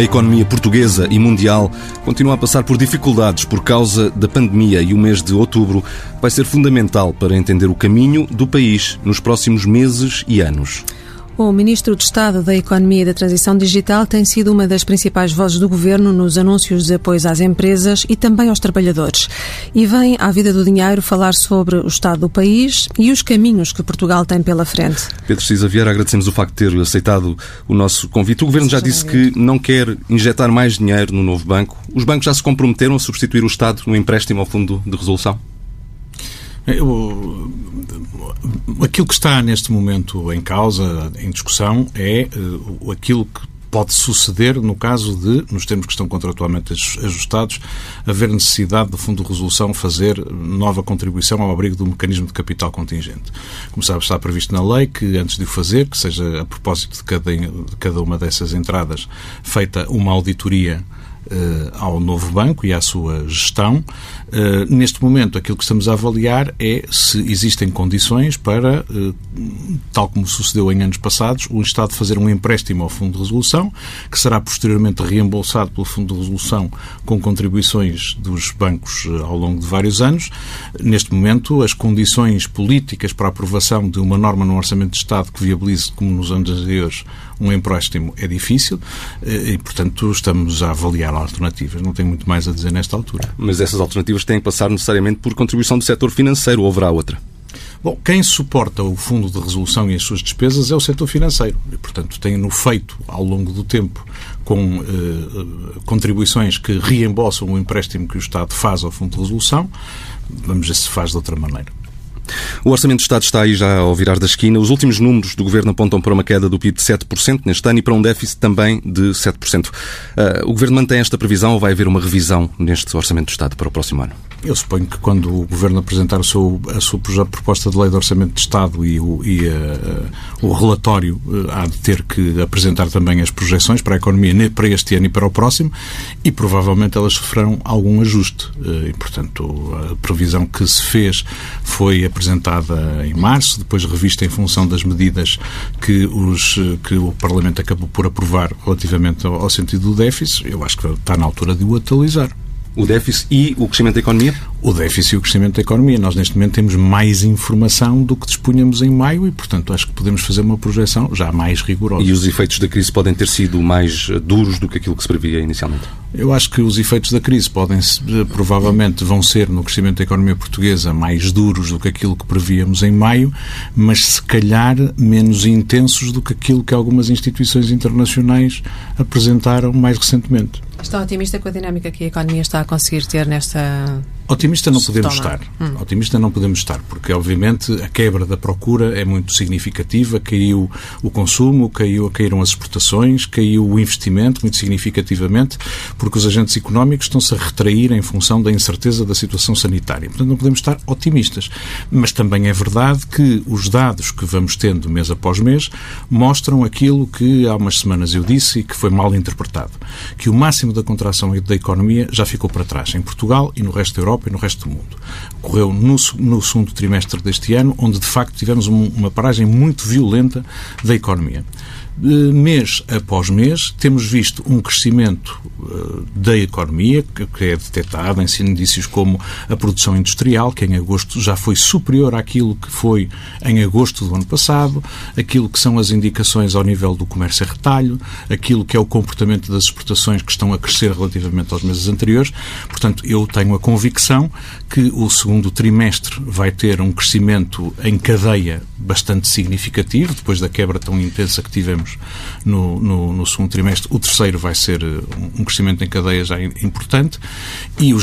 A economia portuguesa e mundial continua a passar por dificuldades por causa da pandemia e o mês de outubro vai ser fundamental para entender o caminho do país nos próximos meses e anos. O Ministro de Estado da Economia e da Transição Digital tem sido uma das principais vozes do Governo nos anúncios de apoios às empresas e também aos trabalhadores. E vem à Vida do Dinheiro falar sobre o estado do país e os caminhos que Portugal tem pela frente. Pedro Cisa Vieira, agradecemos o facto de ter aceitado o nosso convite. O Governo já disse que não quer injetar mais dinheiro no novo banco. Os bancos já se comprometeram a substituir o Estado no empréstimo ao Fundo de Resolução? Aquilo que está neste momento em causa, em discussão, é aquilo que pode suceder no caso de, nos termos que estão contratualmente ajustados, haver necessidade do Fundo de Resolução fazer nova contribuição ao abrigo do mecanismo de capital contingente. Como sabe, está previsto na lei que, antes de o fazer, que seja a propósito de cada uma dessas entradas, feita uma auditoria ao novo banco e à sua gestão. Neste momento, aquilo que estamos a avaliar é se existem condições para, tal como sucedeu em anos passados, o Estado fazer um empréstimo ao Fundo de Resolução, que será posteriormente reembolsado pelo Fundo de Resolução com contribuições dos bancos ao longo de vários anos. Neste momento, as condições políticas para a aprovação de uma norma no Orçamento de Estado que viabilize, como nos anos anteriores, um empréstimo é difícil e, portanto, estamos a avaliar alternativas. Não tenho muito mais a dizer nesta altura. Mas essas alternativas têm que passar necessariamente por contribuição do setor financeiro, ou haverá outra? Bom, quem suporta o Fundo de Resolução e as suas despesas é o setor financeiro. E, portanto, tem-no feito ao longo do tempo com contribuições que reembolsam o empréstimo que o Estado faz ao Fundo de Resolução. Vamos ver se faz de outra maneira. O Orçamento do Estado está aí já ao virar da esquina. Os últimos números do Governo apontam para uma queda do PIB de 7% neste ano e para um déficit também de 7%. O Governo mantém esta previsão ou vai haver uma revisão neste Orçamento do Estado para o próximo ano? Eu suponho que quando o Governo apresentar a sua proposta de lei de Orçamento de Estado e o relatório há de ter que apresentar também as projeções para a economia para este ano e para o próximo e provavelmente elas sofrerão algum ajuste. E, portanto, a previsão que se fez foi apresentada em março, depois revista em função das medidas que o Parlamento acabou por aprovar relativamente ao sentido do déficit. Eu acho que está na altura de o atualizar. O déficit e o crescimento da economia? O déficit e o crescimento da economia. Nós, neste momento, temos mais informação do que dispunhamos em maio e, portanto, acho que podemos fazer uma projeção já mais rigorosa. E os efeitos da crise podem ter sido mais duros do que aquilo que se previa inicialmente? Eu acho que os efeitos da crise provavelmente vão ser, no crescimento da economia portuguesa, mais duros do que aquilo que prevíamos em maio, mas, se calhar, menos intensos do que aquilo que algumas instituições internacionais apresentaram mais recentemente. Está otimista com a dinâmica que a economia está a conseguir ter nesta... Otimista não podemos estar. Otimista não podemos estar, porque, obviamente, a quebra da procura é muito significativa. Caiu o consumo, caíram as exportações, caiu o investimento muito significativamente, porque os agentes económicos estão-se a retrair em função da incerteza da situação sanitária. Portanto, não podemos estar otimistas. Mas também é verdade que os dados que vamos tendo mês após mês mostram aquilo que há umas semanas eu disse e que foi mal interpretado. Que o máximo da contração da economia já ficou para trás, em Portugal e no resto da Europa e no resto do mundo. Ocorreu no segundo trimestre deste ano, onde de facto tivemos uma paragem muito violenta da economia. Mês após mês, temos visto um crescimento da economia, que é detectado em indícios como a produção industrial, que em agosto já foi superior àquilo que foi em agosto do ano passado, aquilo que são as indicações ao nível do comércio a retalho, aquilo que é o comportamento das exportações que estão a crescer relativamente aos meses anteriores. Portanto, eu tenho a convicção que o segundo trimestre vai ter um crescimento em cadeia bastante significativo, depois da quebra tão intensa que tivemos no segundo trimestre. O terceiro vai ser um crescimento em cadeia já importante e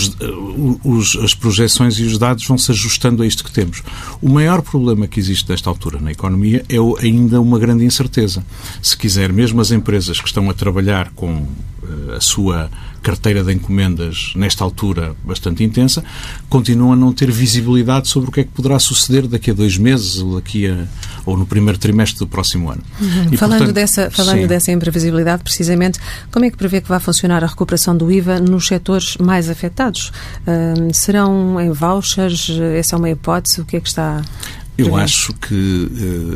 as projeções e os dados vão se ajustando a isto que temos. O maior problema que existe nesta altura na economia é ainda uma grande incerteza. Se quiser, mesmo as empresas que estão a trabalhar com a sua carteira de encomendas nesta altura bastante intensa, continuam a não ter visibilidade sobre o que é que poderá suceder daqui a 2 meses ou no primeiro trimestre do próximo ano. E, falando dessa imprevisibilidade, precisamente, como é que prevê que vai funcionar a recuperação do IVA nos setores mais afetados? Serão em vouchers? Essa é uma hipótese? O que é que está... Eu acho que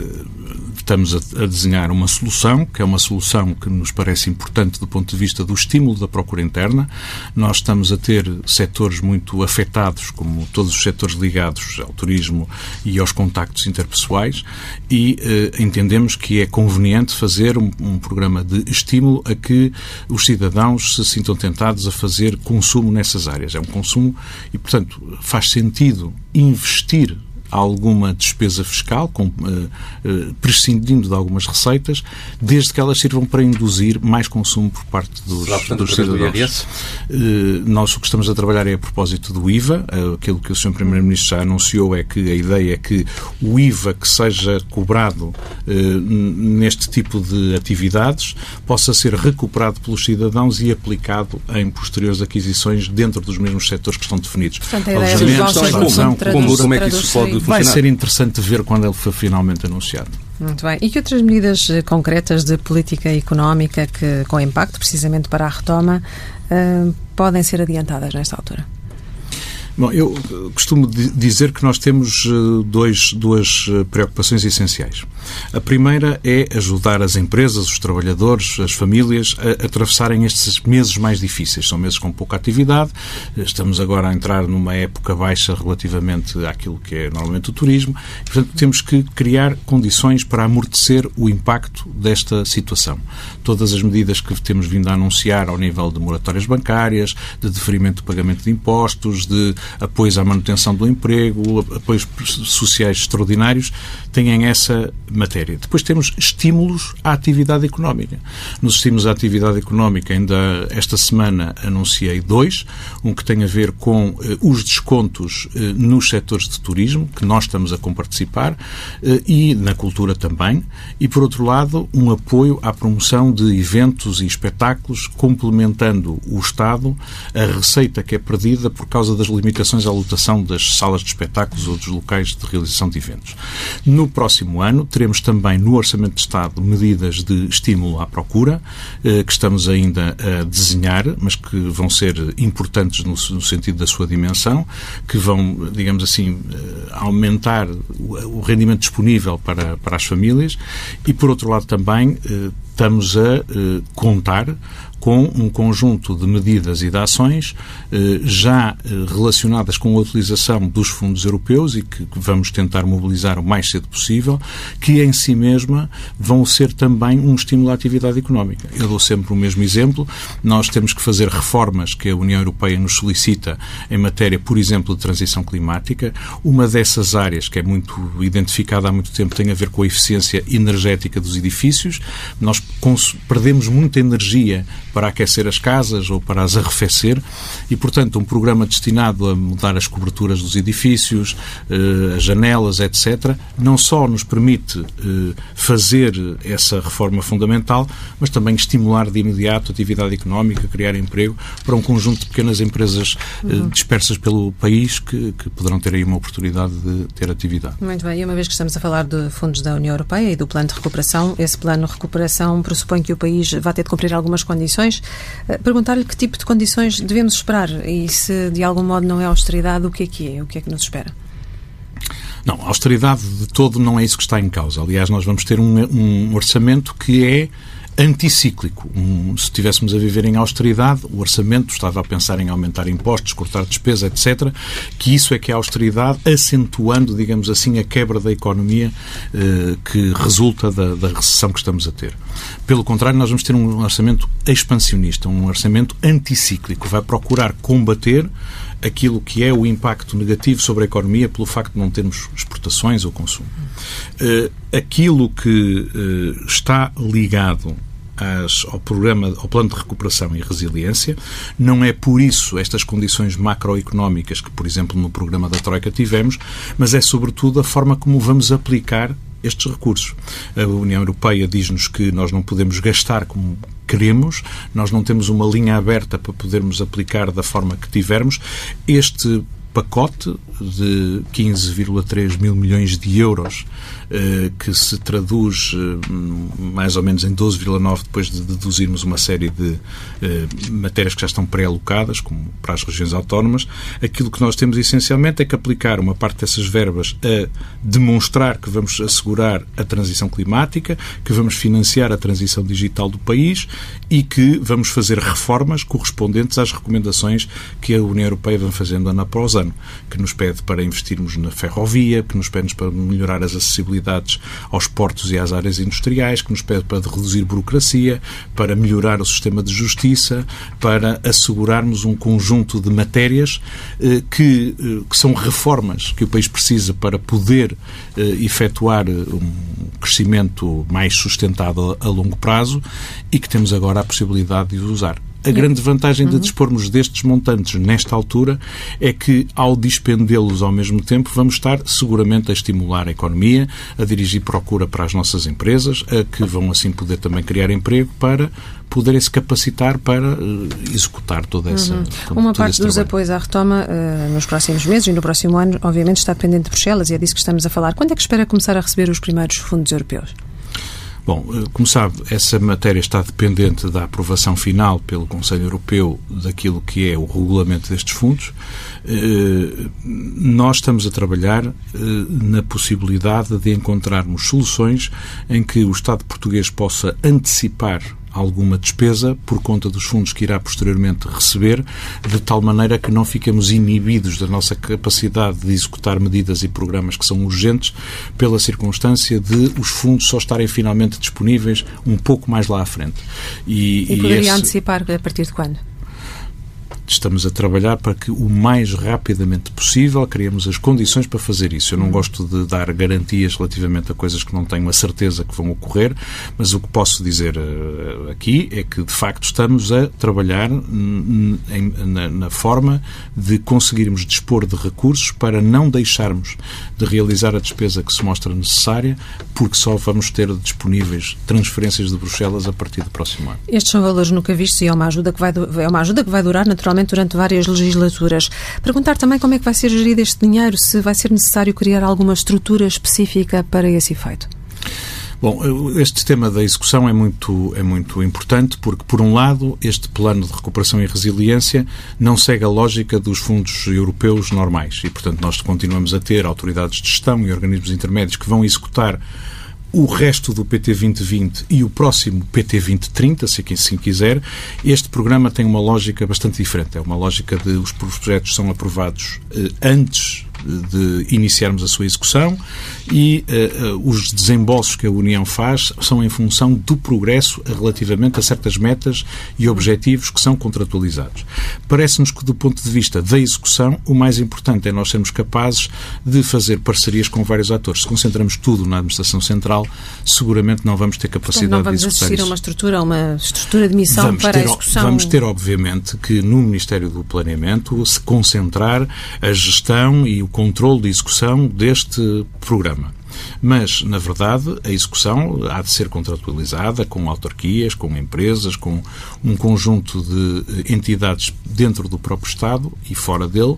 estamos a desenhar uma solução, que é uma solução que nos parece importante do ponto de vista do estímulo da procura interna. Nós estamos a ter setores muito afetados, como todos os setores ligados ao turismo e aos contactos interpessoais, e entendemos que é conveniente fazer um programa de estímulo a que os cidadãos se sintam tentados a fazer consumo nessas áreas. É um consumo e, portanto, faz sentido investir alguma despesa fiscal, prescindindo de algumas receitas, desde que elas sirvam para induzir mais consumo por parte dos cidadãos. Nós o que estamos a trabalhar é a propósito do IVA. Aquilo que o Sr. Primeiro-Ministro já anunciou é que a ideia é que o IVA que seja cobrado neste tipo de atividades possa ser recuperado pelos cidadãos e aplicado em posteriores aquisições dentro dos mesmos setores que estão definidos. Portanto, a ideia como é que isso pode vai ser interessante ver quando ele for finalmente anunciado. Muito bem. E que outras medidas concretas de política económica que, com impacto precisamente para a retoma, podem ser adiantadas nesta altura? Bom, eu costumo dizer que nós temos duas preocupações essenciais. A primeira é ajudar as empresas, os trabalhadores, as famílias a atravessarem estes meses mais difíceis. São meses com pouca atividade. Estamos agora a entrar numa época baixa relativamente àquilo que é normalmente o turismo. Portanto, temos que criar condições para amortecer o impacto desta situação. Todas as medidas que temos vindo a anunciar ao nível de moratórias bancárias, de deferimento de pagamento de impostos, de apoios à manutenção do emprego, apoios sociais extraordinários, têm essa matéria. Depois temos estímulos à atividade económica. Nos estímulos à atividade económica, ainda esta semana anunciei 2, um que tem a ver com os descontos nos setores de turismo, que nós estamos a comparticipar, e na cultura também, e por outro lado, um apoio à promoção de eventos e espetáculos, complementando o Estado a receita que é perdida por causa das limitações à lotação das salas de espetáculos ou dos locais de realização de eventos. No próximo ano, teremos também no Orçamento de Estado medidas de estímulo à procura, que estamos ainda a desenhar, mas que vão ser importantes no sentido da sua dimensão, que vão, digamos assim, aumentar o rendimento disponível para as famílias e, por outro lado, também estamos a contar com um conjunto de medidas e de ações já relacionadas com a utilização dos fundos europeus e que vamos tentar mobilizar o mais cedo possível, que em si mesma vão ser também um estímulo à atividade económica. Eu dou sempre o mesmo exemplo. Nós temos que fazer reformas que a União Europeia nos solicita em matéria, por exemplo, de transição climática. Uma dessas áreas, que é muito identificada há muito tempo, tem a ver com a eficiência energética dos edifícios. Nós perdemos muita energia para aquecer as casas ou para as arrefecer e, portanto, um programa destinado a mudar as coberturas dos edifícios, as janelas, etc., não só nos permite fazer essa reforma fundamental, mas também estimular de imediato a atividade económica, criar emprego para um conjunto de pequenas empresas dispersas pelo país que poderão ter aí uma oportunidade de ter atividade. Muito bem. E uma vez que estamos a falar de fundos da União Europeia e do plano de recuperação, esse plano de recuperação pressupõe que o país vai ter de cumprir algumas condições. Perguntar-lhe que tipo de condições devemos esperar e se de algum modo não é austeridade, o que é? O que é que nos espera? Não, a austeridade de todo não é isso que está em causa. Aliás, nós vamos ter um orçamento que é anticíclico. Se estivéssemos a viver em austeridade, o orçamento estava a pensar em aumentar impostos, cortar despesa, etc., que isso é que é a austeridade, acentuando, digamos assim, a quebra da economia que resulta da recessão que estamos a ter. Pelo contrário, nós vamos ter um orçamento expansionista, um orçamento anticíclico, vai procurar combater aquilo que é o impacto negativo sobre a economia pelo facto de não termos exportações ou consumo. Aquilo que está ligado ao plano de recuperação e resiliência, não é por isso estas condições macroeconómicas que, por exemplo, no programa da Troika tivemos, mas é sobretudo a forma como vamos aplicar estes recursos. A União Europeia diz-nos que nós não podemos gastar como queremos, nós não temos uma linha aberta para podermos aplicar da forma que tivermos. Este pacote de 15,3 mil milhões de euros, que se traduz mais ou menos em 12,9 depois de deduzirmos uma série de matérias que já estão pré-alocadas, como para as regiões autónomas. Aquilo que nós temos essencialmente é que aplicar uma parte dessas verbas a demonstrar que vamos assegurar a transição climática, que vamos financiar a transição digital do país e que vamos fazer reformas correspondentes às recomendações que a União Europeia vem fazendo ano após ano, que nos pede para investirmos na ferrovia, que nos pede para melhorar as acessibilidades aos portos e às áreas industriais, que nos pede para reduzir burocracia, para melhorar o sistema de justiça, para assegurarmos um conjunto de matérias que são reformas que o país precisa para poder efetuar um crescimento mais sustentado a longo prazo e que temos agora a possibilidade de usar. A grande vantagem de dispormos destes montantes nesta altura é que, ao dispendê-los ao mesmo tempo, vamos estar seguramente a estimular a economia, a dirigir procura para as nossas empresas, a que vão assim poder também criar emprego para poderem se capacitar para executar toda essa Uma parte dos trabalho. apoios à retoma nos próximos meses e no próximo ano, obviamente, está dependente de Bruxelas e é disso que estamos a falar. Quando é que espera começar a receber os primeiros fundos europeus? Bom, como sabe, essa matéria está dependente da aprovação final pelo Conselho Europeu daquilo que é o regulamento destes fundos. Nós estamos a trabalhar na possibilidade de encontrarmos soluções em que o Estado português possa antecipar alguma despesa por conta dos fundos que irá posteriormente receber, de tal maneira que não fiquemos inibidos da nossa capacidade de executar medidas e programas que são urgentes pela circunstância de os fundos só estarem finalmente disponíveis um pouco mais lá à frente. E poderia antecipar a partir de quando? Estamos a trabalhar para que o mais rapidamente possível criemos as condições para fazer isso. Eu não gosto de dar garantias relativamente a coisas que não tenho a certeza que vão ocorrer, mas o que posso dizer aqui é que, de facto, estamos a trabalhar na forma de conseguirmos dispor de recursos para não deixarmos de realizar a despesa que se mostra necessária, porque só vamos ter disponíveis transferências de Bruxelas a partir do próximo ano. Estes são valores nunca vistos e é uma ajuda que vai durar naturalmente durante várias legislaturas. Perguntar também como é que vai ser gerido este dinheiro, se vai ser necessário criar alguma estrutura específica para esse efeito. Bom, este tema da execução é muito importante porque, por um lado, este plano de recuperação e resiliência não segue a lógica dos fundos europeus normais e, portanto, nós continuamos a ter autoridades de gestão e organismos intermédios que vão executar o resto do PT 2020 e o próximo PT 2030, se assim quiser. Este programa tem uma lógica bastante diferente. É uma lógica de os projetos são aprovados antes de iniciarmos a sua execução e os desembolsos que a União faz são em função do progresso relativamente a certas metas e objetivos que são contratualizados. Parece-nos que, do ponto de vista da execução, o mais importante é nós sermos capazes de fazer parcerias com vários atores. Se concentramos tudo na administração central, seguramente não vamos ter capacidade de executar isso. Não vamos assistir a uma estrutura de missão para a execução? Vamos ter, obviamente, que no Ministério do Planeamento se concentrar a gestão e o controle de execução deste programa. Mas, na verdade, a execução há de ser contratualizada com autarquias, com empresas, com um conjunto de entidades dentro do próprio Estado e fora dele,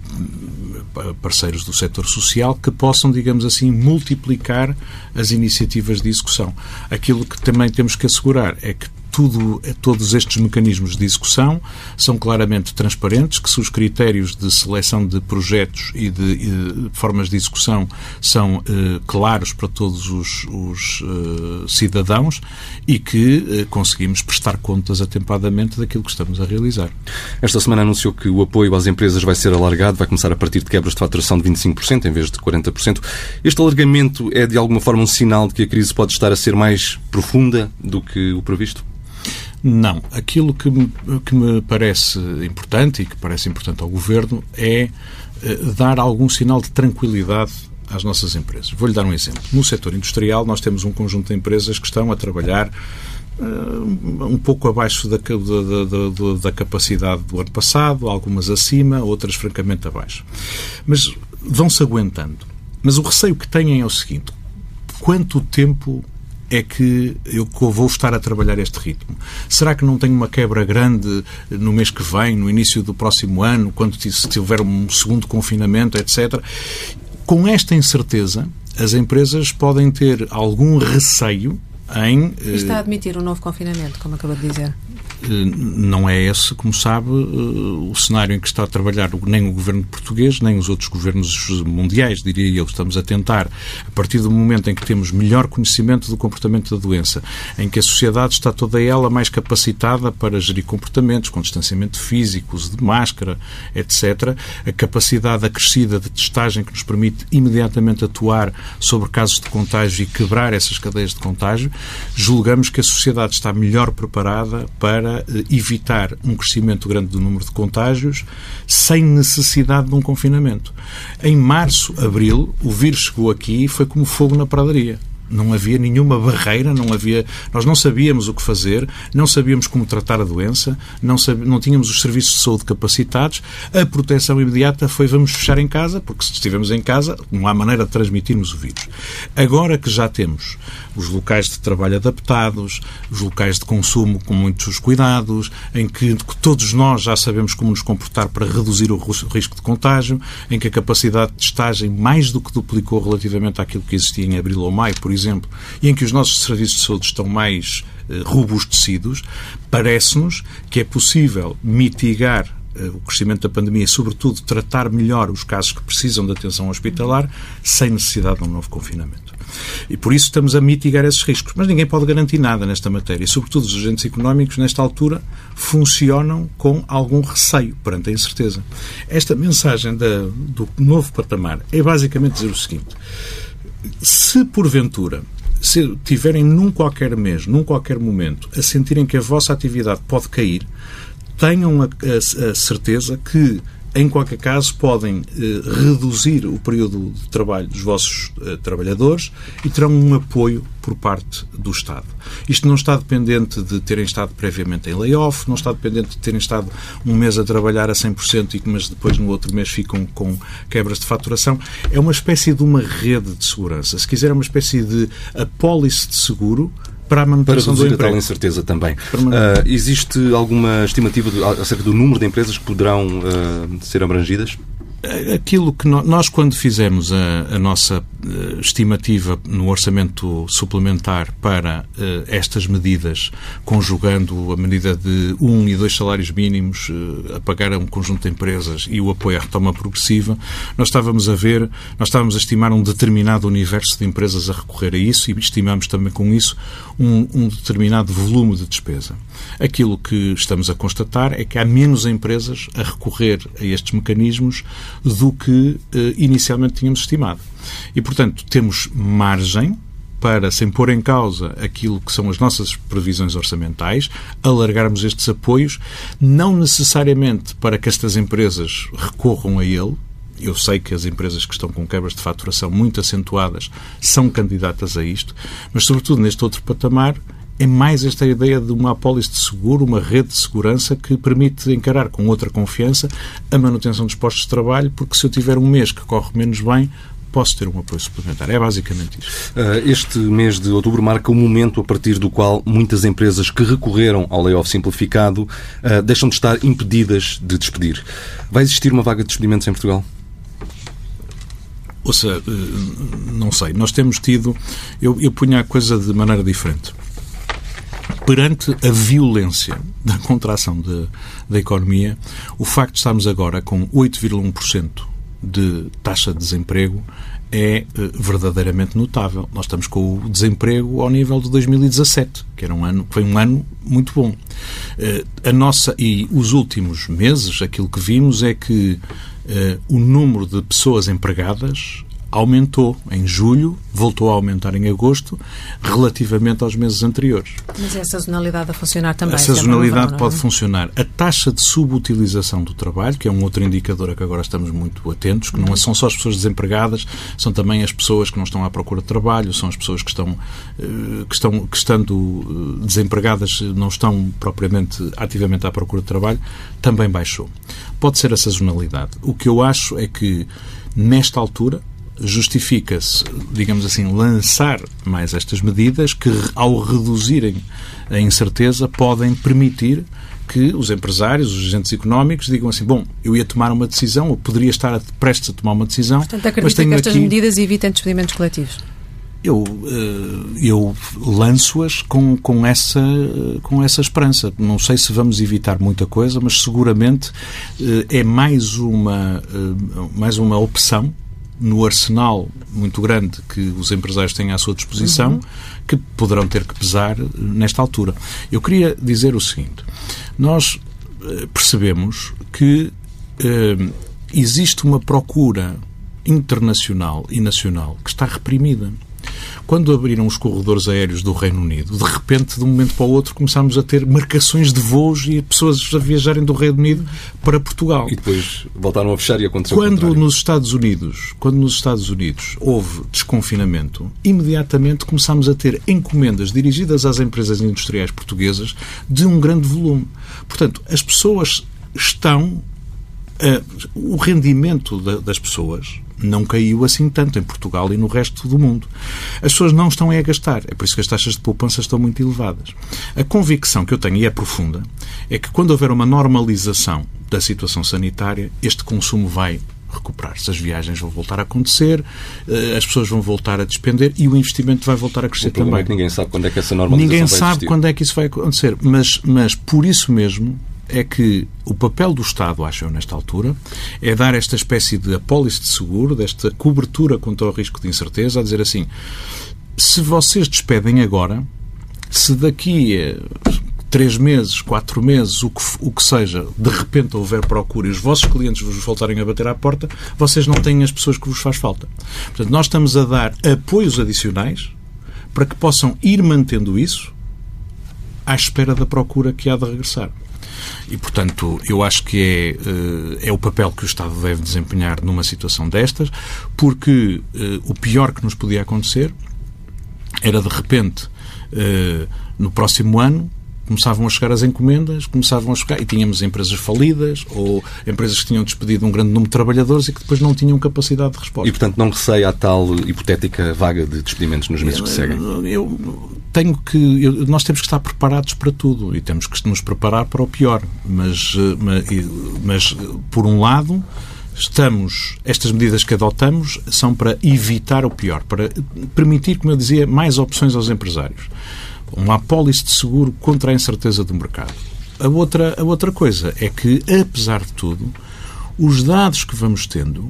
parceiros do setor social, que possam, digamos assim, multiplicar as iniciativas de execução. Aquilo que também temos que assegurar é que todos estes mecanismos de execução são claramente transparentes, que os critérios de seleção de projetos e de formas de execução são claros para todos os cidadãos e que conseguimos prestar contas atempadamente daquilo que estamos a realizar. Esta semana anunciou que o apoio às empresas vai ser alargado, vai começar a partir de quebras de faturação de 25% em vez de 40%. Este alargamento é, de alguma forma, um sinal de que a crise pode estar a ser mais profunda do que o previsto? Não. Aquilo que me parece importante e que parece importante ao Governo é dar algum sinal de tranquilidade às nossas empresas. Vou-lhe dar um exemplo. No setor industrial nós temos um conjunto de empresas que estão a trabalhar um pouco abaixo da capacidade do ano passado, algumas acima, outras francamente abaixo. Mas vão-se aguentando. Mas o receio que têm é o seguinte: quanto tempo é que eu vou estar a trabalhar este ritmo? Será que não tenho uma quebra grande no mês que vem, no início do próximo ano, quando se houver um segundo confinamento, etc.? Com esta incerteza, as empresas podem ter algum receio em... Está a admitir um novo confinamento, como acabou de dizer. Não é esse, como sabe, o cenário em que está a trabalhar nem o governo português, nem os outros governos mundiais, diria eu. Estamos a tentar, a partir do momento em que temos melhor conhecimento do comportamento da doença, em que a sociedade está toda ela mais capacitada para gerir comportamentos, com distanciamento físico, uso de máscara, etc., a capacidade acrescida de testagem que nos permite imediatamente atuar sobre casos de contágio e quebrar essas cadeias de contágio, julgamos que a sociedade está melhor preparada para evitar um crescimento grande do número de contágios sem necessidade de um confinamento. Em março, abril, o vírus chegou aqui e foi como fogo na pradaria. Não havia nenhuma barreira, nós não sabíamos o que fazer, não sabíamos como tratar a doença, não tínhamos os serviços de saúde capacitados. A proteção imediata foi vamos fechar em casa, porque se estivermos em casa não há maneira de transmitirmos o vírus. Agora que já temos os locais de trabalho adaptados, os locais de consumo com muitos cuidados, em que todos nós já sabemos como nos comportar para reduzir o risco de contágio, em que a capacidade de testagem mais do que duplicou relativamente àquilo que existia em abril ou maio, por exemplo, e em que os nossos serviços de saúde estão mais robustecidos, parece-nos que é possível mitigar o crescimento da pandemia e, sobretudo, tratar melhor os casos que precisam de atenção hospitalar sem necessidade de um novo confinamento. E por isso estamos a mitigar esses riscos. Mas ninguém pode garantir nada nesta matéria. E, sobretudo, os agentes económicos, nesta altura, funcionam com algum receio perante a incerteza. Esta mensagem do novo patamar é basicamente dizer o seguinte: se porventura tiverem num qualquer mês, num qualquer momento, a sentirem que a vossa atividade pode cair, tenham a certeza que, em qualquer caso, podem reduzir o período de trabalho dos vossos trabalhadores e terão um apoio por parte do Estado. Isto não está dependente de terem estado previamente em layoff, não está dependente de terem estado um mês a trabalhar a 100%, mas depois no outro mês ficam com quebras de faturação. É uma espécie de uma rede de segurança. Se quiser, é uma espécie de apólice de seguro para a manutenção do emprego. Para reduzir a tal incerteza também. Existe alguma estimativa acerca do número de empresas que poderão ser abrangidas? Aquilo que nós, quando fizemos a nossa estimativa no orçamento suplementar para estas medidas, conjugando a medida de 1 e 2 salários mínimos a pagar a um conjunto de empresas e o apoio à retoma progressiva, nós estávamos a estimar um determinado universo de empresas a recorrer a isso e estimamos também com isso um determinado volume de despesa. Aquilo que estamos a constatar é que há menos empresas a recorrer a estes mecanismos do que inicialmente tínhamos estimado. E, portanto, temos margem para, sem pôr em causa aquilo que são as nossas previsões orçamentais, alargarmos estes apoios, não necessariamente para que estas empresas recorram a ele. Eu sei que as empresas que estão com quebras de faturação muito acentuadas são candidatas a isto, mas, sobretudo, neste outro patamar, é mais esta ideia de uma apólice de seguro, uma rede de segurança que permite encarar com outra confiança a manutenção dos postos de trabalho, porque se eu tiver um mês que corre menos bem, posso ter um apoio suplementar. É basicamente isto. Este mês de outubro marca o momento a partir do qual muitas empresas que recorreram ao layoff simplificado deixam de estar impedidas de despedir. Vai existir uma vaga de despedimentos em Portugal? Ouça, não sei. Nós temos tido... Eu punha a coisa de maneira diferente. Perante a violência da contração da economia, o facto de estarmos agora com 8,1% de taxa de desemprego é verdadeiramente notável. Nós estamos com o desemprego ao nível de 2017, que foi um ano muito bom. E os últimos meses, aquilo que vimos é que o número de pessoas empregadas aumentou em julho, voltou a aumentar em agosto, relativamente aos meses anteriores. Mas é a sazonalidade a funcionar também. A sazonalidade pode funcionar. A taxa de subutilização do trabalho, que é um outro indicador a que agora estamos muito atentos, que não são só as pessoas desempregadas, são também as pessoas que não estão à procura de trabalho, são as pessoas que estando desempregadas não estão propriamente ativamente à procura de trabalho, também baixou. Pode ser a sazonalidade. O que eu acho é que, nesta altura, justifica-se, digamos assim, lançar mais estas medidas que, ao reduzirem a incerteza, podem permitir que os empresários, os agentes económicos digam assim, bom, eu ia tomar uma decisão, ou poderia estar prestes a tomar uma decisão. Portanto, acredita que estas medidas evitem despedimentos coletivos? Eu lanço-as com essa esperança. Não sei se vamos evitar muita coisa, mas seguramente é mais uma opção no arsenal muito grande que os empresários têm à sua disposição, que poderão ter que pesar nesta altura. Eu queria dizer o seguinte. Nós percebemos que existe uma procura internacional e nacional que está reprimida. Quando abriram os corredores aéreos do Reino Unido, de repente, de um momento para o outro, começámos a ter marcações de voos e pessoas a viajarem do Reino Unido para Portugal. E depois voltaram a fechar e aconteceu Quando nos Estados Unidos houve desconfinamento, imediatamente começámos a ter encomendas dirigidas às empresas industriais portuguesas de um grande volume. Portanto, as pessoas estão... o rendimento das pessoas não caiu assim tanto em Portugal e no resto do mundo. As pessoas não estão a gastar. É por isso que as taxas de poupança estão muito elevadas. A convicção que eu tenho, e é profunda, é que quando houver uma normalização da situação sanitária, este consumo vai recuperar-se. As viagens vão voltar a acontecer, as pessoas vão voltar a despender e o investimento vai voltar a crescer também. O problema é que ninguém sabe quando é que essa normalização vai existir. Ninguém sabe quando é que isso vai acontecer. Mas por isso mesmo é que o papel do Estado, acho eu, nesta altura, é dar esta espécie de apólice de seguro, desta cobertura contra o risco de incerteza, a dizer assim, se vocês despedem agora, se daqui a 3 meses, 4 meses, o que seja, de repente houver procura e os vossos clientes vos voltarem a bater à porta, vocês não têm as pessoas que vos faz falta. Portanto, nós estamos a dar apoios adicionais para que possam ir mantendo isso à espera da procura que há de regressar. E, portanto, eu acho que é o papel que o Estado deve desempenhar numa situação destas, porque o pior que nos podia acontecer era, de repente, no próximo ano, começavam a chegar as encomendas, e tínhamos empresas falidas ou empresas que tinham despedido um grande número de trabalhadores e que depois não tinham capacidade de resposta. E, portanto, não receia a tal hipotética vaga de despedimentos nos meses que seguem? Nós temos que estar preparados para tudo e temos que nos preparar para o pior. Mas por um lado, estas medidas que adotamos são para evitar o pior, para permitir, como eu dizia, mais opções aos empresários. Uma apólice de seguro contra a incerteza do mercado. A outra coisa é que, apesar de tudo, os dados que vamos tendo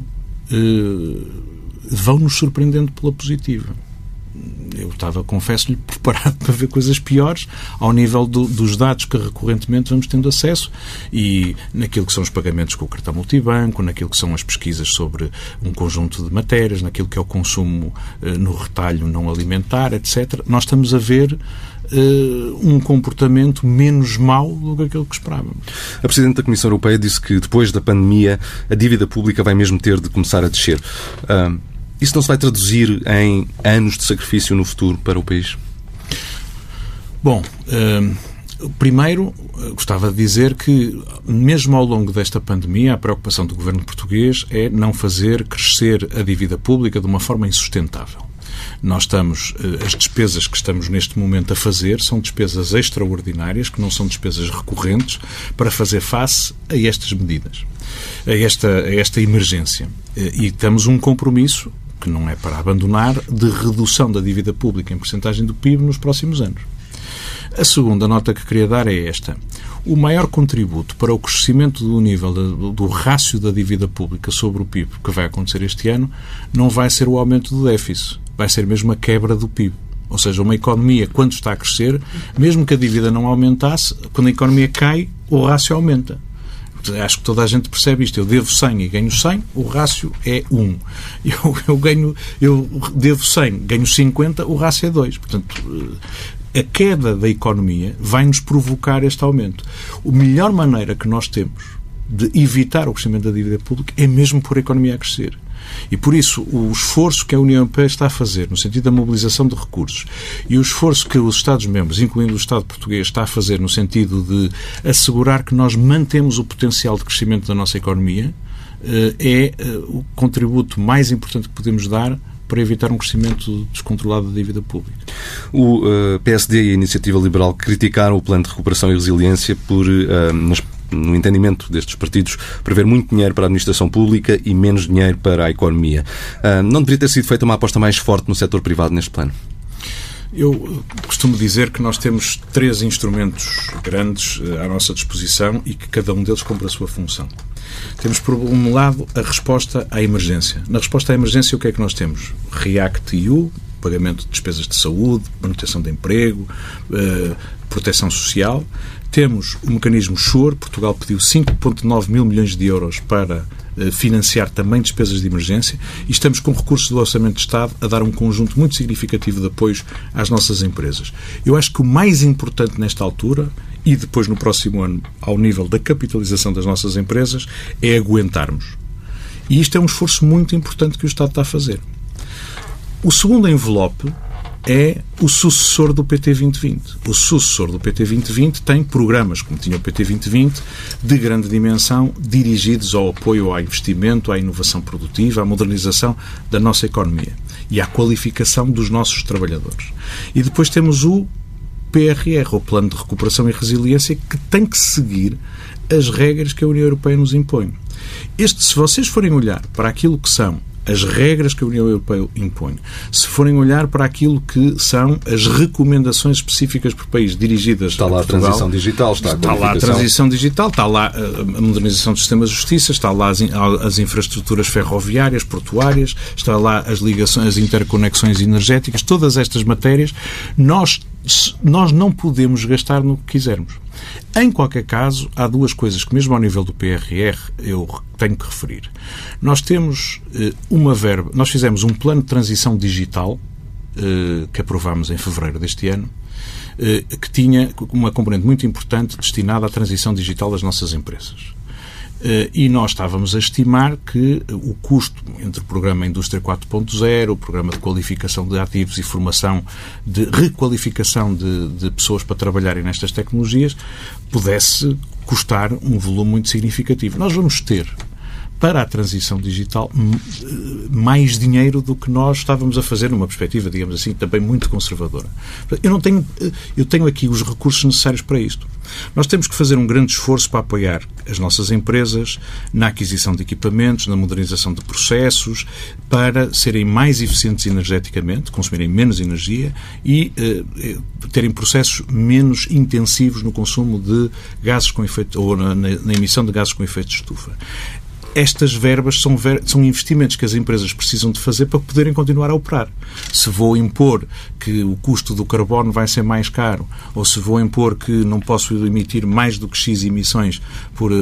vão nos surpreendendo pela positiva. Eu estava, confesso-lhe, preparado para ver coisas piores ao nível dos dados que recorrentemente vamos tendo acesso e naquilo que são os pagamentos com o cartão multibanco, naquilo que são as pesquisas sobre um conjunto de matérias, naquilo que é o consumo no retalho não alimentar, etc. Nós estamos a ver um comportamento menos mau do que aquele que esperávamos. A Presidente da Comissão Europeia disse que depois da pandemia a dívida pública vai mesmo ter de começar a descer. Isso não se vai traduzir em anos de sacrifício no futuro para o país? Bom, primeiro gostava de dizer que, mesmo ao longo desta pandemia, a preocupação do governo português é não fazer crescer a dívida pública de uma forma insustentável. As despesas que estamos neste momento a fazer são despesas extraordinárias, que não são despesas recorrentes, para fazer face a estas medidas, a esta emergência. E temos um compromisso, que não é para abandonar, de redução da dívida pública em percentagem do PIB nos próximos anos. A segunda nota que queria dar é esta. O maior contributo para o crescimento do nível do rácio da dívida pública sobre o PIB que vai acontecer este ano não vai ser o aumento do déficit, vai ser mesmo a quebra do PIB. Ou seja, uma economia, quando está a crescer, mesmo que a dívida não aumentasse, quando a economia cai, o rácio aumenta. Acho que toda a gente percebe isto. Eu devo 100 e ganho 100, o rácio é 1. Eu devo 100, ganho 50, o rácio é 2. Portanto, a queda da economia vai-nos provocar este aumento. A melhor maneira que nós temos de evitar o crescimento da dívida pública é mesmo pôr a economia a crescer. E por isso o esforço que a União Europeia está a fazer no sentido da mobilização de recursos e o esforço que os Estados-membros, incluindo o Estado português, está a fazer no sentido de assegurar que nós mantemos o potencial de crescimento da nossa economia, é o contributo mais importante que podemos dar para evitar um crescimento descontrolado da dívida pública. O PSD e a Iniciativa Liberal criticaram o Plano de Recuperação e Resiliência por, no entendimento destes partidos, prever muito dinheiro para a administração pública e menos dinheiro para a economia. Não deveria ter sido feita uma aposta mais forte no setor privado neste plano? Eu costumo dizer que nós temos 3 instrumentos grandes à nossa disposição e que cada um deles cumpre a sua função. Temos, por um lado, a resposta à emergência. Na resposta à emergência, o que é que nós temos? REACT-EU, pagamento de despesas de saúde, manutenção de emprego, proteção social. Temos o mecanismo SURE. Portugal pediu 5,9 mil milhões de euros para financiar também despesas de emergência e estamos com recursos do Orçamento de Estado a dar um conjunto muito significativo de apoios às nossas empresas. Eu acho que o mais importante nesta altura e depois no próximo ano, ao nível da capitalização das nossas empresas, é aguentarmos. E isto é um esforço muito importante que o Estado está a fazer. O segundo envelope é o sucessor do PT 2020. O sucessor do PT 2020 tem programas, como tinha o PT 2020, de grande dimensão, dirigidos ao apoio ao investimento, à inovação produtiva, à modernização da nossa economia e à qualificação dos nossos trabalhadores. E depois temos o PRR, o Plano de Recuperação e Resiliência, que tem que seguir as regras que a União Europeia nos impõe. Se vocês forem olhar para aquilo que são as regras que a União Europeia impõe, se forem olhar para aquilo que são as recomendações específicas por país dirigidas a Portugal... Está lá a transição digital, está lá a transição digital, está lá a modernização do sistema de justiça, está lá as infraestruturas ferroviárias, portuárias, está lá as ligações, as interconexões energéticas, todas estas matérias, nós não podemos gastar no que quisermos. Em qualquer caso, há 2 coisas que, mesmo ao nível do PRR, eu tenho que referir. Nós temos uma verba, nós fizemos um plano de transição digital que aprovámos em fevereiro deste ano, que tinha uma componente muito importante destinada à transição digital das nossas empresas. E nós estávamos a estimar que o custo entre o programa Indústria 4.0, o programa de qualificação de ativos e formação, de requalificação de pessoas para trabalharem nestas tecnologias, pudesse custar um volume muito significativo. Nós vamos ter, para a transição digital, mais dinheiro do que nós estávamos a fazer numa perspectiva, digamos assim, também muito conservadora. Eu tenho aqui os recursos necessários para isto. Nós temos que fazer um grande esforço para apoiar as nossas empresas na aquisição de equipamentos, na modernização de processos, para serem mais eficientes energeticamente, consumirem menos energia e terem processos menos intensivos no consumo de gases com efeito, ou na emissão de gases com efeito de estufa. Estas verbas são investimentos que as empresas precisam de fazer para poderem continuar a operar. Se vou impor que o custo do carbono vai ser mais caro, ou se vou impor que não posso emitir mais do que X emissões por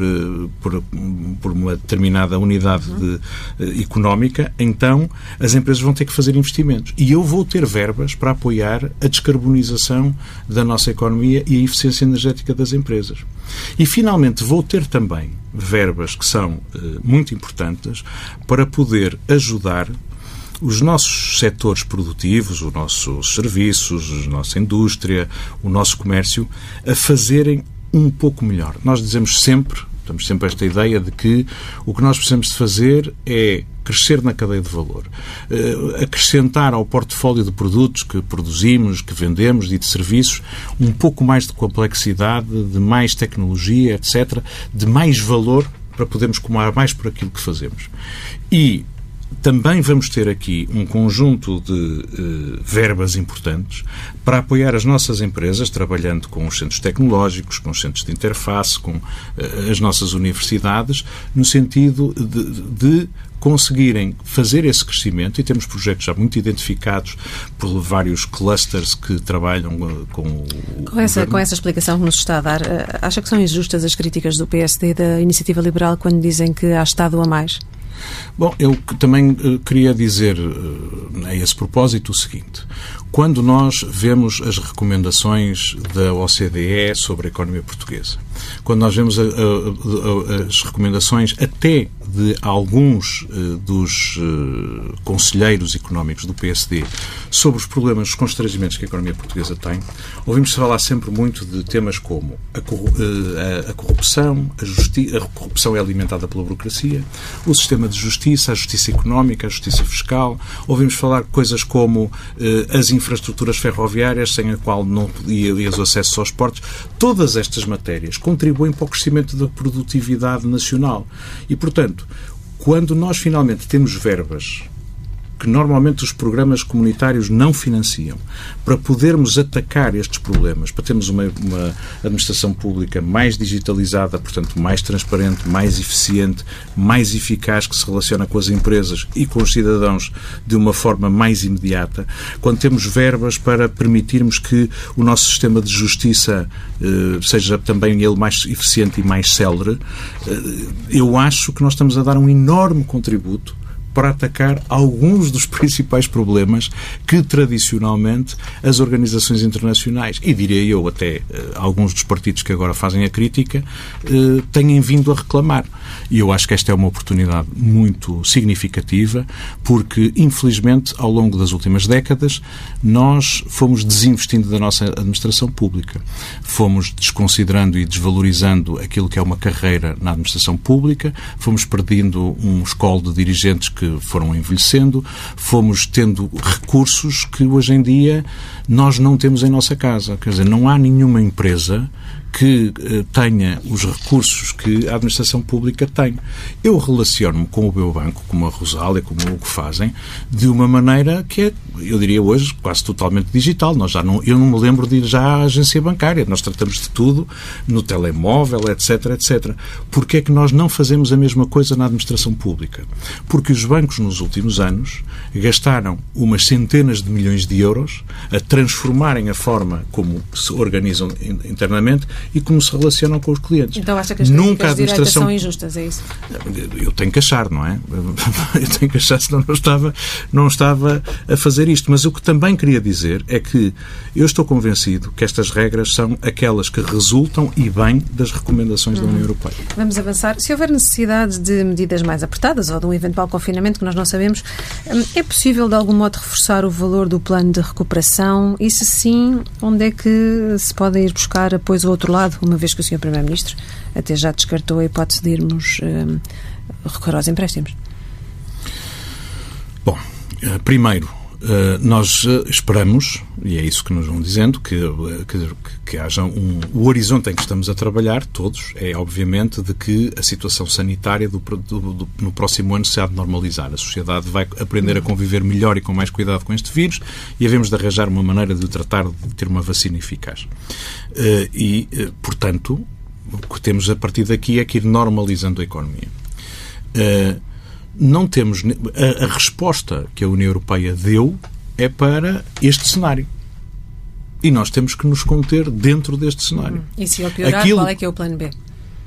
uma determinada unidade económica, então as empresas vão ter que fazer investimentos. E eu vou ter verbas para apoiar a descarbonização da nossa economia e a eficiência energética das empresas. E, finalmente, vou ter também verbas que são muito importantes para poder ajudar os nossos setores produtivos, os nossos serviços, a nossa indústria, o nosso comércio, a fazerem um pouco melhor. Nós dizemos sempre, temos sempre esta ideia de que o que nós precisamos de fazer é crescer na cadeia de valor, acrescentar ao portfólio de produtos que produzimos, que vendemos e de serviços, um pouco mais de complexidade, de mais tecnologia, etc., de mais valor para podermos cobrar mais por aquilo que fazemos. E também vamos ter aqui um conjunto de verbas importantes para apoiar as nossas empresas, trabalhando com os centros tecnológicos, com os centros de interface, com as nossas universidades, no sentido de conseguirem fazer esse crescimento, e temos projetos já muito identificados por vários clusters que trabalham com essa explicação que nos está a dar, acha que são injustas as críticas do PSD e da Iniciativa Liberal quando dizem que há Estado a mais? Bom, eu também queria dizer a esse propósito o seguinte. Quando nós vemos as recomendações da OCDE sobre a economia portuguesa, quando nós vemos as recomendações até de alguns dos conselheiros económicos do PSD sobre os problemas, os constrangimentos que a economia portuguesa tem, ouvimos falar sempre muito de temas como a corrupção, a corrupção é alimentada pela burocracia, o sistema de justiça, a justiça económica, a justiça fiscal. Ouvimos falar coisas como as infraestruturas ferroviárias, sem a qual não podia os acessos aos portos. Todas estas matérias contribuem para o crescimento da produtividade nacional. E, portanto, quando nós finalmente temos verbas que normalmente os programas comunitários não financiam, para podermos atacar estes problemas, para termos uma administração pública mais digitalizada, portanto mais transparente, mais eficiente, mais eficaz, que se relaciona com as empresas e com os cidadãos de uma forma mais imediata, quando temos verbas para permitirmos que o nosso sistema de justiça seja também ele mais eficiente e mais célere, eu acho que nós estamos a dar um enorme contributo para atacar alguns dos principais problemas que, tradicionalmente, as organizações internacionais, e diria eu até alguns dos partidos que agora fazem a crítica, têm vindo a reclamar. E eu acho que esta é uma oportunidade muito significativa, porque, infelizmente, ao longo das últimas décadas, nós fomos desinvestindo da nossa administração pública. Fomos desconsiderando e desvalorizando aquilo que é uma carreira na administração pública, fomos perdendo um escolo de dirigentes que foram envelhecendo, fomos tendo recursos que hoje em dia nós não temos em nossa casa. Quer dizer, não há nenhuma empresa que tenha os recursos que a administração pública tem. Eu relaciono-me com o meu banco, como a Rosália, como o que fazem, de uma maneira que é, eu diria hoje, quase totalmente digital. Eu não me lembro de ir já à agência bancária. Nós tratamos de tudo no telemóvel, etc, etc. Porquê é que nós não fazemos a mesma coisa na administração pública? Porque os bancos, nos últimos anos, gastaram umas centenas de milhões de euros a transformarem a forma como se organizam internamente e como se relacionam com os clientes. Então acha que as críticas direitas são injustas, é isso? Eu tenho que achar, não é? Eu tenho que achar, senão não estava a fazer isto. Mas o que também queria dizer é que eu estou convencido que estas regras são aquelas que resultam e bem das recomendações da União Europeia. Vamos avançar. Se houver necessidade de medidas mais apertadas ou de um eventual confinamento que nós não sabemos, é possível de algum modo reforçar o valor do plano de recuperação? E se sim, onde é que se pode ir buscar apoio ao outro lado, uma vez que o Sr. Primeiro-Ministro até já descartou a hipótese de irmos recorrer aos empréstimos? Bom, primeiro, nós esperamos, e é isso que nos vão dizendo, que haja o horizonte em que estamos a trabalhar, todos, é obviamente de que a situação sanitária no próximo ano se há de normalizar. A sociedade vai aprender a conviver melhor e com mais cuidado com este vírus e havemos de arranjar uma maneira de tratar de ter uma vacina eficaz. Portanto, o que temos a partir daqui é que ir normalizando a economia. Não temos... A resposta que a União Europeia deu é para este cenário. E nós temos que nos conter dentro deste cenário. E se ao piorar, qual é que é o plano B?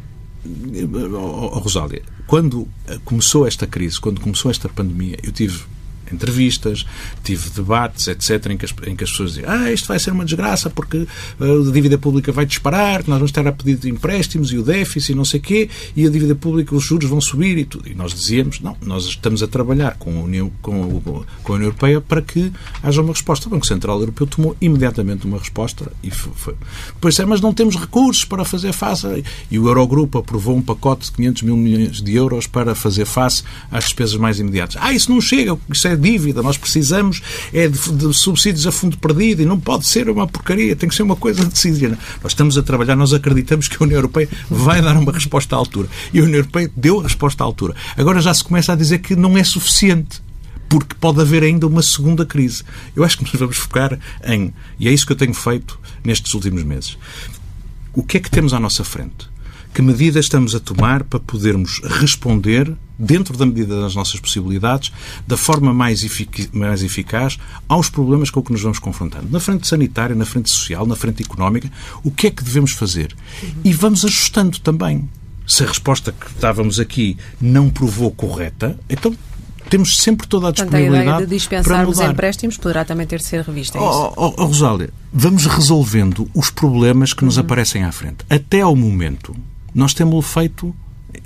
Rosália, quando começou esta crise, quando começou esta pandemia, eu tive entrevistas, tive debates, etc., em que as pessoas diziam isto vai ser uma desgraça porque a dívida pública vai disparar, que nós vamos estar a pedir de empréstimos e o déficit e não sei o quê, e a dívida pública, os juros vão subir e tudo. E nós dizíamos, não, nós estamos a trabalhar com a União Europeia para que haja uma resposta. O Banco Central Europeu tomou imediatamente uma resposta e foi. Depois, mas não temos recursos para fazer face. E o Eurogrupo aprovou um pacote de 500 mil milhões de euros para fazer face às despesas mais imediatas. Isso não chega, isso é dívida, nós precisamos de subsídios a fundo perdido e não pode ser uma porcaria, tem que ser uma coisa decidida. Nós estamos a trabalhar, nós acreditamos que a União Europeia vai dar uma resposta à altura. E a União Europeia deu a resposta à altura. Agora já se começa a dizer que não é suficiente, porque pode haver ainda uma segunda crise. Eu acho que nós vamos focar e é isso que eu tenho feito nestes últimos meses. O que é que temos à nossa frente? Que medidas estamos a tomar para podermos responder, dentro da medida das nossas possibilidades, da forma mais eficaz aos problemas com que nos vamos confrontando? Na frente sanitária, na frente social, na frente económica, o que é que devemos fazer? E vamos ajustando também. Se a resposta que estávamos aqui não provou correta, então temos sempre toda a disponibilidade para mudar. A ideia de dispensarmos empréstimos poderá também ter de ser revista. Rosália, vamos resolvendo os problemas que nos aparecem à frente. Até ao momento, nós temos feito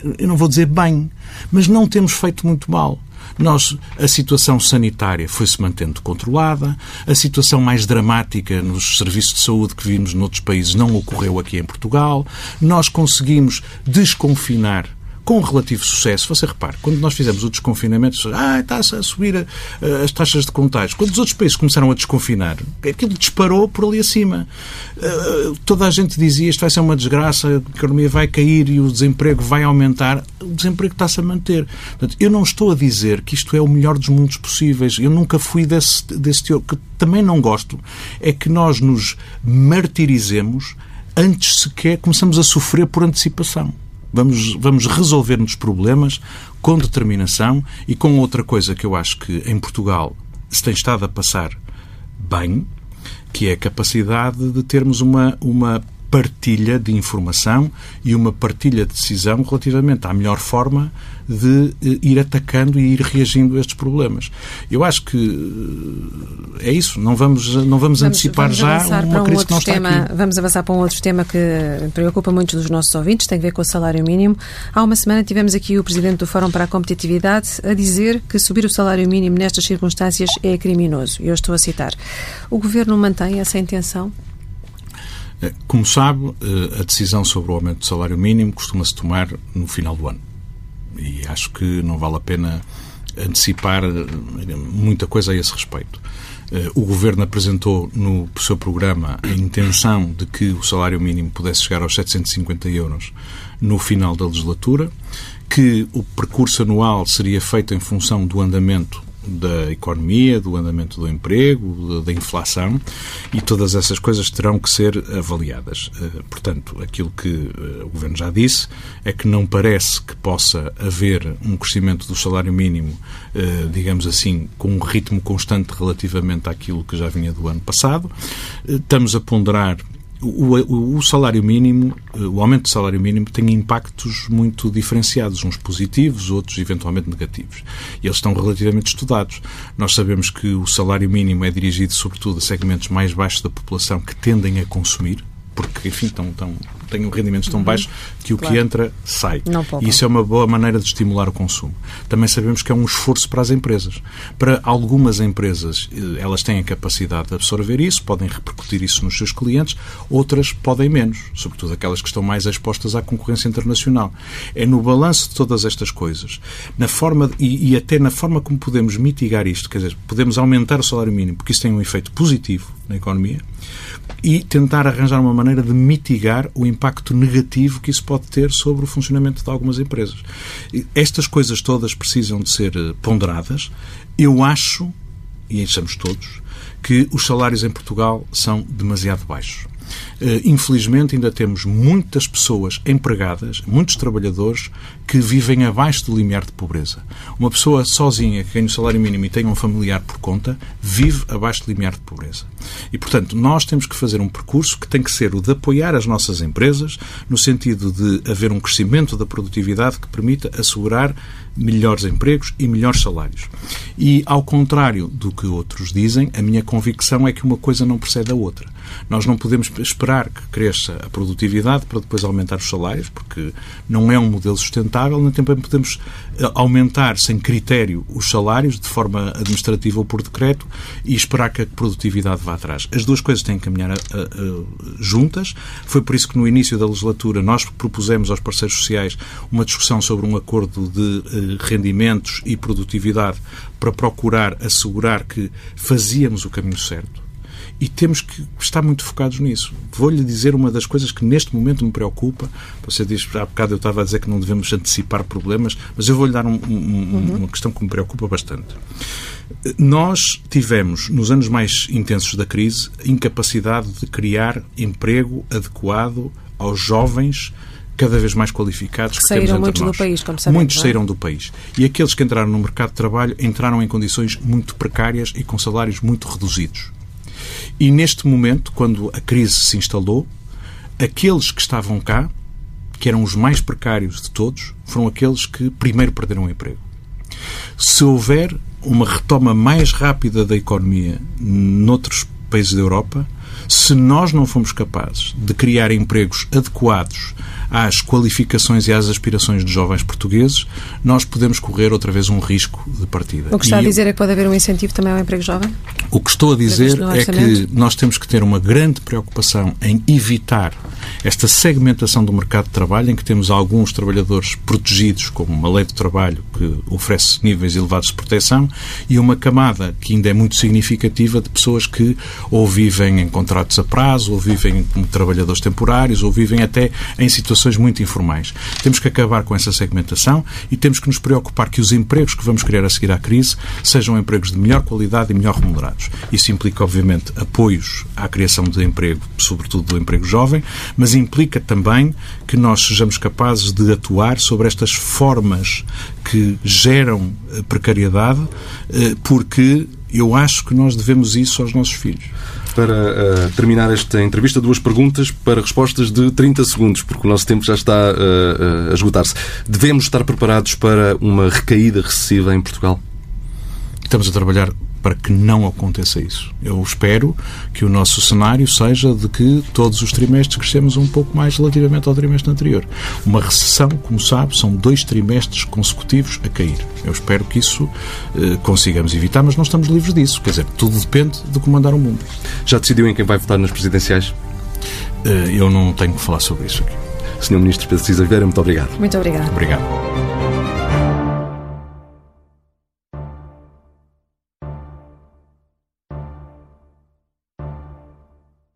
eu não vou dizer bem, mas não temos feito muito mal. A situação sanitária foi-se mantendo controlada, a situação mais dramática nos serviços de saúde que vimos noutros países não ocorreu aqui em Portugal, nós conseguimos desconfinar com relativo sucesso. Você repare, quando nós fizemos o desconfinamento, está-se a subir as taxas de contágio. Quando os outros países começaram a desconfinar, aquilo disparou por ali acima. Toda a gente dizia isto vai ser uma desgraça, a economia vai cair e o desemprego vai aumentar. O desemprego está-se a manter. Portanto, eu não estou a dizer que isto é o melhor dos mundos possíveis. Eu nunca fui desse teor. Que também não gosto é que nós nos martirizemos antes sequer começamos a sofrer por antecipação. Vamos resolver-nos problemas com determinação e com outra coisa que eu acho que em Portugal se tem estado a passar bem, que é a capacidade de termos uma partilha de informação e uma partilha de decisão relativamente à melhor forma de ir atacando e ir reagindo a estes problemas. Eu acho que é isso. Não vamos antecipar já uma crise que não está aqui. Vamos avançar para um outro tema que preocupa muitos dos nossos ouvintes, tem a ver com o salário mínimo. Há uma semana tivemos aqui o Presidente do Fórum para a Competitividade a dizer que subir o salário mínimo nestas circunstâncias é criminoso. Eu estou a citar. O Governo mantém essa intenção? Como sabe, a decisão sobre o aumento do salário mínimo costuma-se tomar no final do ano. E acho que não vale a pena antecipar muita coisa a esse respeito. O Governo apresentou no seu programa a intenção de que o salário mínimo pudesse chegar aos 750 euros no final da legislatura, que o percurso anual seria feito em função do andamento da economia, do andamento do emprego, da inflação, e todas essas coisas terão que ser avaliadas. Portanto, aquilo que o Governo já disse é que não parece que possa haver um crescimento do salário mínimo, digamos assim, com um ritmo constante relativamente àquilo que já vinha do ano passado. Estamos a ponderar o salário mínimo, o aumento do salário mínimo tem impactos muito diferenciados, uns positivos, outros eventualmente negativos. E eles estão relativamente estudados. Nós sabemos que o salário mínimo é dirigido sobretudo a segmentos mais baixos da população que tendem a consumir, porque, enfim, têm rendimentos tão baixos que o que entra sai. E isso é uma boa maneira de estimular o consumo. Também sabemos que é um esforço para as empresas. Para algumas empresas, elas têm a capacidade de absorver isso, podem repercutir isso nos seus clientes, outras podem menos, sobretudo aquelas que estão mais expostas à concorrência internacional. É no balanço de todas estas coisas, e até na forma como podemos mitigar isto, quer dizer, podemos aumentar o salário mínimo, porque isso tem um efeito positivo na economia, e tentar arranjar uma maneira de mitigar o impacto negativo que isso pode ter sobre o funcionamento de algumas empresas. Estas coisas todas precisam de ser ponderadas. Eu acho, e achamos todos, que os salários em Portugal são demasiado baixos. Infelizmente, ainda temos muitas pessoas empregadas, muitos trabalhadores que vivem abaixo do limiar de pobreza. Uma pessoa sozinha que ganha o salário mínimo e tem um familiar por conta, vive abaixo do limiar de pobreza. E, portanto, nós temos que fazer um percurso que tem que ser o de apoiar as nossas empresas, no sentido de haver um crescimento da produtividade que permita assegurar melhores empregos e melhores salários. E, ao contrário do que outros dizem, a minha convicção é que uma coisa não precede a outra. Nós não podemos esperar que cresça a produtividade para depois aumentar os salários, porque não é um modelo sustentável, nem também podemos aumentar sem critério os salários de forma administrativa ou por decreto e esperar que a produtividade vá atrás. As duas coisas têm que caminhar juntas. Foi por isso que no início da legislatura nós propusemos aos parceiros sociais uma discussão sobre um acordo de rendimentos e produtividade para procurar assegurar que fazíamos o caminho certo. E temos que estar muito focados nisso. Vou-lhe dizer uma das coisas que neste momento me preocupa. Você disse, há bocado eu estava a dizer que não devemos antecipar problemas, mas eu vou-lhe dar uma questão que me preocupa bastante. Nós tivemos, nos anos mais intensos da crise, a incapacidade de criar emprego adequado aos jovens cada vez mais qualificados que temos entre nós. Saíram muitos do país, como sabemos. Muitos saíram do país. E aqueles que entraram no mercado de trabalho entraram em condições muito precárias e com salários muito reduzidos. E neste momento, quando a crise se instalou, aqueles que estavam cá, que eram os mais precários de todos, foram aqueles que primeiro perderam o emprego. Se houver uma retoma mais rápida da economia noutros países da Europa, Se nós não formos capazes de criar empregos adequados às qualificações e às aspirações dos jovens portugueses, nós podemos correr outra vez um risco de partida. O que está a dizer é que pode haver um incentivo também ao emprego jovem? O que estou a dizer é que nós temos que ter uma grande preocupação em evitar esta segmentação do mercado de trabalho, em que temos alguns trabalhadores protegidos, como uma lei de trabalho que oferece níveis elevados de proteção, e uma camada que ainda é muito significativa de pessoas que ou vivem em contratos a prazo, ou vivem como trabalhadores temporários, ou vivem até em situações muito informais. Temos que acabar com essa segmentação e temos que nos preocupar que os empregos que vamos criar a seguir à crise sejam empregos de melhor qualidade e melhor remunerados. Isso implica, obviamente, apoios à criação de emprego, sobretudo do emprego jovem, mas implica também que nós sejamos capazes de atuar sobre estas formas que geram precariedade, porque eu acho que nós devemos isso aos nossos filhos. Para terminar esta entrevista, 2 perguntas para respostas de 30 segundos, porque o nosso tempo já está a esgotar-se. Devemos estar preparados para uma recaída recessiva em Portugal? Estamos a trabalhar para que não aconteça isso. Eu espero que o nosso cenário seja de que todos os trimestres crescemos um pouco mais relativamente ao trimestre anterior. Uma recessão, como sabe, são 2 trimestres consecutivos a cair. Eu espero que isso consigamos evitar, mas não estamos livres disso. Quer dizer, tudo depende de comandar o mundo. Já decidiu em quem vai votar nas presidenciais? Eu não tenho que falar sobre isso aqui. Sr. Ministro Pedro Cisa Vieira, muito obrigado. Muito obrigado. Obrigado.